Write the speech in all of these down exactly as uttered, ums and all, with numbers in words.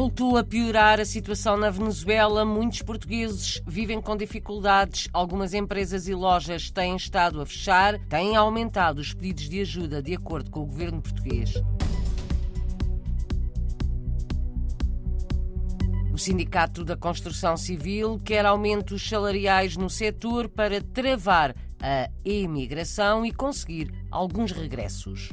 Voltou a piorar a situação na Venezuela. Muitos portugueses vivem com dificuldades. Algumas empresas e lojas têm estado a fechar. Têm aumentado os pedidos de ajuda, de acordo com o governo português. O Sindicato da Construção Civil quer aumentos salariais no setor para travar a imigração e conseguir alguns regressos.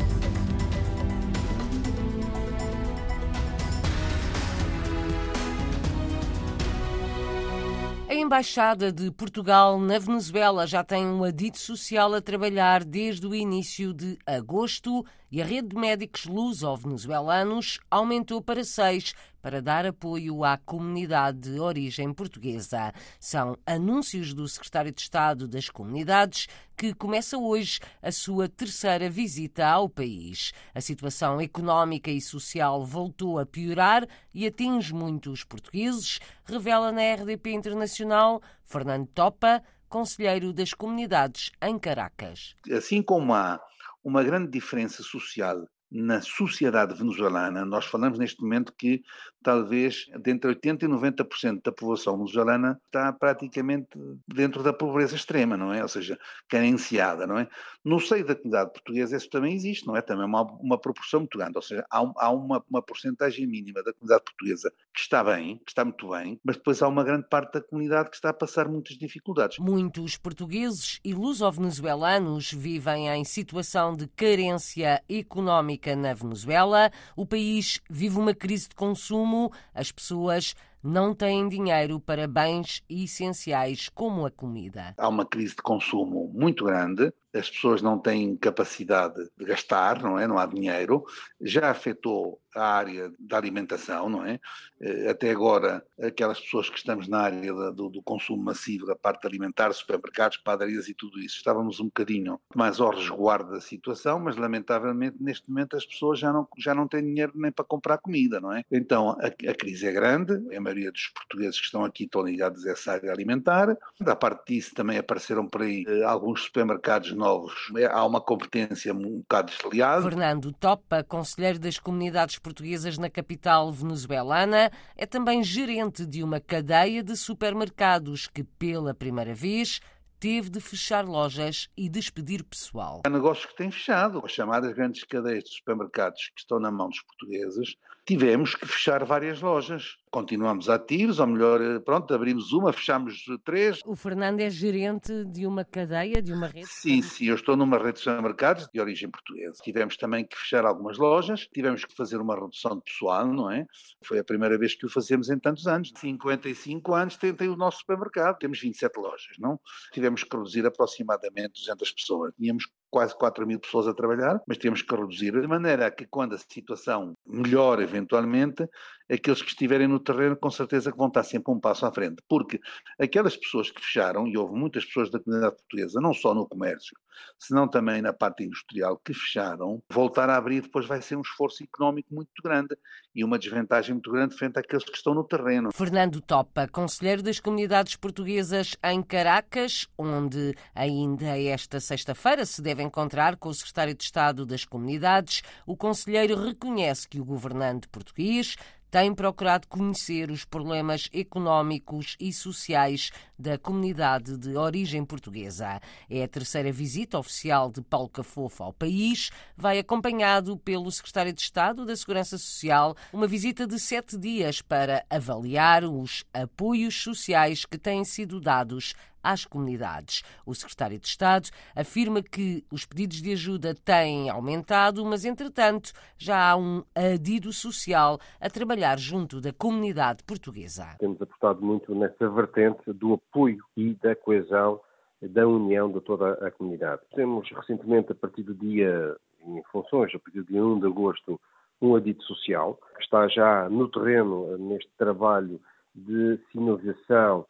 A Embaixada de Portugal na Venezuela já tem um adito social a trabalhar desde o início de agosto e a rede de médicos luso-venezuelanos aumentou para seis para dar apoio à comunidade de origem portuguesa. São anúncios do secretário de Estado das Comunidades, que começa hoje a sua terceira visita ao país. A situação económica e social voltou a piorar e atinge muitos portugueses, revela na R D P Internacional Fernando Topa, conselheiro das comunidades em Caracas. Assim como há uma grande diferença social na sociedade venezuelana, nós falamos neste momento que talvez entre oitenta por cento e noventa por cento da população venezuelana está praticamente dentro da pobreza extrema, não é? Ou seja, carenciada, não é? No seio da comunidade portuguesa isso também existe, não é? Também é uma, uma proporção muito grande, ou seja, há, um, há uma, uma porcentagem mínima da comunidade portuguesa que está bem, que está muito bem, mas depois há uma grande parte da comunidade que está a passar muitas dificuldades. Muitos portugueses e luso-venezuelanos vivem em situação de carência económica na Venezuela. O país vive uma crise de consumo. As pessoas não têm dinheiro para bens essenciais como a comida. Há uma crise de consumo muito grande. As pessoas não têm capacidade de gastar, não é? Não há dinheiro. Já afetou a área da alimentação, não é? Até agora, aquelas pessoas que estamos na área do, do consumo massivo da parte alimentar, supermercados, padarias e tudo isso, estávamos um bocadinho mais ao resguardo da situação, mas lamentavelmente neste momento as pessoas já não, já não têm dinheiro nem para comprar comida, não é? Então a, a crise é grande, a maioria dos portugueses que estão aqui estão ligados a essa área alimentar. Da parte disso também apareceram por aí eh, alguns supermercados novos. Há uma competência um bocado desleal. Fernando Topa, conselheiro das comunidades portuguesas na capital venezuelana, é também gerente de uma cadeia de supermercados que, pela primeira vez, teve de fechar lojas e despedir pessoal. Há negócios que têm fechado. As chamadas grandes cadeias de supermercados que estão na mão dos portugueses, tivemos que fechar várias lojas. Continuamos ativos, ou melhor, pronto, abrimos uma, fechamos três. O Fernando é gerente de uma cadeia, de uma rede? Sim, sim, eu estou numa rede de supermercados de origem portuguesa. Tivemos também que fechar algumas lojas, tivemos que fazer uma redução de pessoal, não é? Foi a primeira vez que o fazemos em tantos anos. cinquenta e cinco anos tem, tem o nosso supermercado, temos vinte e sete lojas, não? Tivemos que reduzir aproximadamente duzentas pessoas. Tínhamos quase quatro mil pessoas a trabalhar, mas temos que reduzir de maneira que quando a situação melhora eventualmente, aqueles que estiverem no terreno com certeza que vão estar sempre um passo à frente, porque aquelas pessoas que fecharam, e houve muitas pessoas da comunidade portuguesa, não só no comércio, senão também na parte industrial, que fecharam, voltar a abrir depois vai ser um esforço económico muito grande e uma desvantagem muito grande frente àqueles que estão no terreno. Fernando Topa, conselheiro das comunidades portuguesas em Caracas, onde ainda esta sexta-feira se deve encontrar com o secretário de Estado das Comunidades. O conselheiro reconhece que o governante português tem procurado conhecer os problemas económicos e sociais da comunidade de origem portuguesa. É a terceira visita oficial de Paulo Cafofo ao país. Vai acompanhado pelo secretário de Estado da Segurança Social, uma visita de sete dias para avaliar os apoios sociais que têm sido dados às comunidades. O secretário de Estado afirma que os pedidos de ajuda têm aumentado, mas, entretanto, já há um adido social a trabalhar junto da comunidade portuguesa. Temos apostado muito nessa vertente do apoio e da coesão, da união de toda a comunidade. Temos recentemente, a partir do dia, em funções, a partir do dia um de agosto, um adito social, que está já no terreno, neste trabalho de sinalização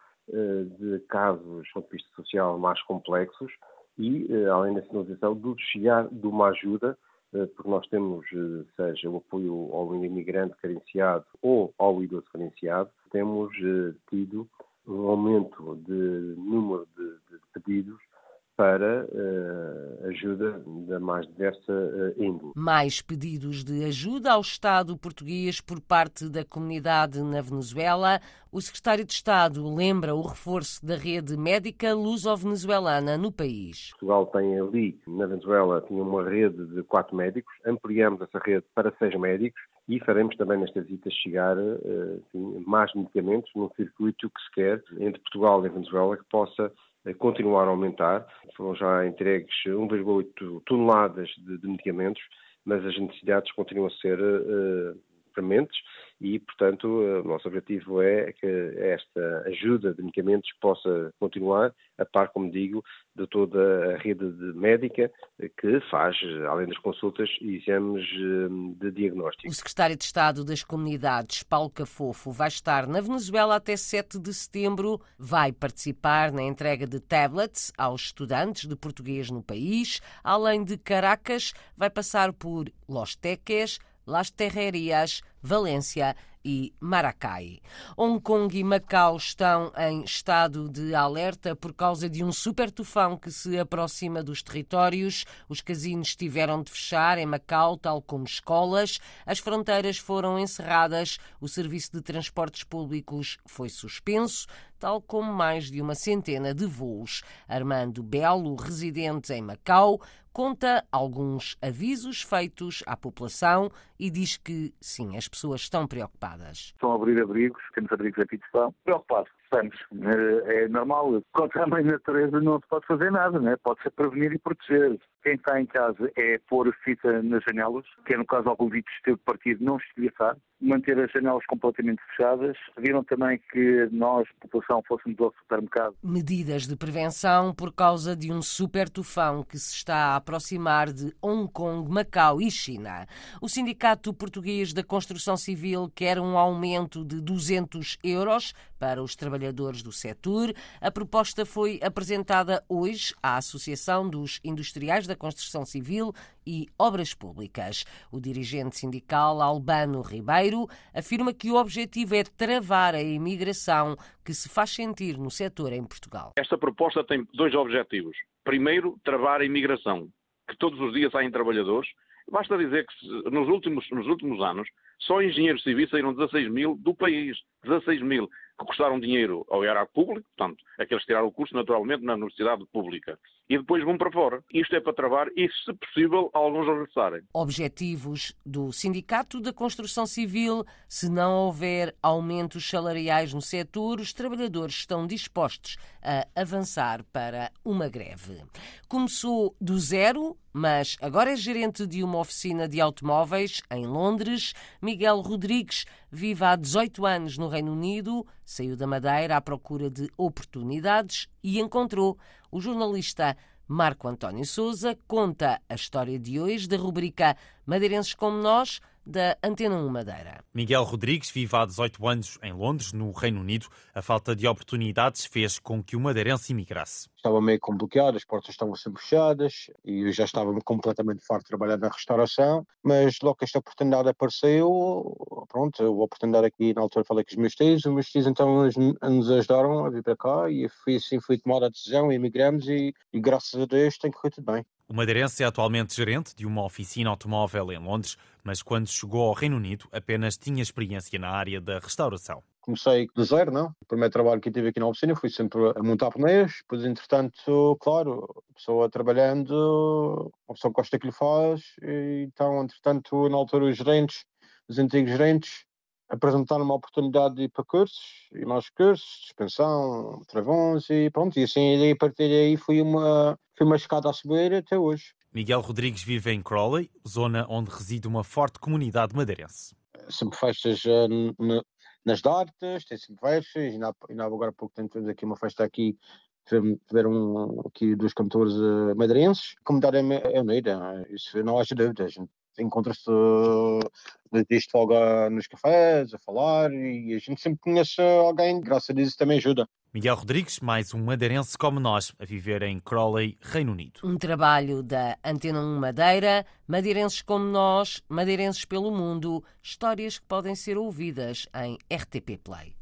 de casos, do ponto de vista social, mais complexos e, além da sinalização, do chegar de uma ajuda, porque nós temos, seja o apoio ao imigrante carenciado ou ao idoso carenciado, temos tido um aumento de número de, de pedidos para uh, ajuda da mais diversa uh, índole. Mais pedidos de ajuda ao Estado português por parte da comunidade na Venezuela. O secretário de Estado lembra o reforço da rede médica luso-venezuelana no país. Portugal tem ali, na Venezuela, tinha uma rede de quatro médicos. Ampliamos essa rede para seis médicos e faremos também nesta visita chegar uh, assim, mais medicamentos num circuito que se quer entre Portugal e Venezuela que possa continuar a aumentar. Foram já entregues um vírgula oito toneladas de, de medicamentos, mas as necessidades continuam a ser uh, prementes e, portanto, uh, o nosso objetivo é que esta ajuda de medicamentos possa continuar, a par, como digo, de toda a rede de médica que faz, além das consultas, exames uh, de diagnóstico. O secretário de Estado das Comunidades, Paulo Cafofo, vai estar na Venezuela até sete de setembro. Vai participar na entrega de tablets aos estudantes de português no país. Além de Caracas, vai passar por Los Teques, Las Terrerias, Valência e Maracay. Hong Kong e Macau estão em estado de alerta por causa de um super tufão que se aproxima dos territórios. Os casinos tiveram de fechar em Macau, tal como escolas. As fronteiras foram encerradas. O serviço de transportes públicos foi suspenso, tal como mais de uma centena de voos. Armando Belo, residente em Macau, conta alguns avisos feitos à população e diz que, sim, as pessoas estão preocupadas. Estão a abrir abrigos, temos abrigos aqui de estão. Preocupados, estamos. É normal. Contra a mãe natureza não se pode fazer nada, né? Pode-se prevenir e proteger. Quem está em casa é pôr fita nas janelas, que é no caso algum vidro esteve partido, não estilhaçar, manter as janelas completamente fechadas. Viram também que nós, população, fôssemos ao supermercado. Medidas de prevenção por causa de um super tufão que se está a aproximar de Hong Kong, Macau e China. O Sindicato Português da Construção Civil quer um aumento de duzentos euros para os trabalhadores do setor. A proposta foi apresentada hoje à Associação dos Industriais da Construção Civil e Obras Públicas. O dirigente sindical Albano Ribeiro afirma que o objetivo é travar a imigração que se faz sentir no setor em Portugal. Esta proposta tem dois objetivos. Primeiro, travar a imigração, que todos os dias saem trabalhadores. Basta dizer que nos últimos, nos últimos anos só engenheiros civis saíram dezasseis mil do país. dezasseis mil que custaram dinheiro ao erário público, portanto, aqueles que tiraram o curso naturalmente na universidade pública. E depois vão para fora. Isto é para travar e, se possível, alguns regressarem. Objetivos do Sindicato da Construção Civil: se não houver aumentos salariais no setor, os trabalhadores estão dispostos a avançar para uma greve. Começou do zero, mas agora é gerente de uma oficina de automóveis em Londres. Miguel Rodrigues vive há dezoito anos no Reino Unido, saiu da Madeira à procura de oportunidades e encontrou. O jornalista Marco António Sousa conta a história de hoje da rubrica Madeirenses como Nós, da Antena um Madeira. Miguel Rodrigues vive há dezoito anos em Londres, no Reino Unido. A falta de oportunidades fez com que o madeirense imigrasse. Estava meio complicado, as portas estavam sempre fechadas e eu já estava completamente farto de trabalhar na restauração, mas logo que esta oportunidade apareceu, pronto, a oportunidade aqui na altura falei com os meus tios, os meus tios então nos ajudaram a vir para cá e fui, assim fui tomada a decisão, emigramos e, e graças a Deus tem corrido tudo bem. O madeirense é atualmente gerente de uma oficina automóvel em Londres, mas quando chegou ao Reino Unido apenas tinha experiência na área da restauração. Comecei do zero, não? O primeiro trabalho que eu tive aqui na oficina fui sempre a montar pneus, depois entretanto, claro, a pessoa trabalhando, a pessoa gosta daquilo que faz, e então entretanto, na altura os gerentes, os antigos gerentes, apresentaram uma oportunidade de ir para cursos, e mais cursos, suspensão, travões e pronto, e assim a partir daí fui uma, fui uma escada a subir até hoje. Miguel Rodrigues vive em Crawley, zona onde reside uma forte comunidade madeirense. Sempre festas uh, nas datas, tem sempre festas, e ainda agora há pouco tempo temos aqui uma festa aqui, tiveram aqui dois cantores uh, madeirenses. A comunidade é, é unida, isso não há dúvida, a gente encontra-se desde folga nos cafés, a falar, e a gente sempre conhece alguém, graças a Deus também ajuda. Miguel Rodrigues, mais um madeirense como nós, a viver em Crawley, Reino Unido. Um trabalho da Antena um Madeira, madeirenses como nós, madeirenses pelo mundo, histórias que podem ser ouvidas em R T P Play.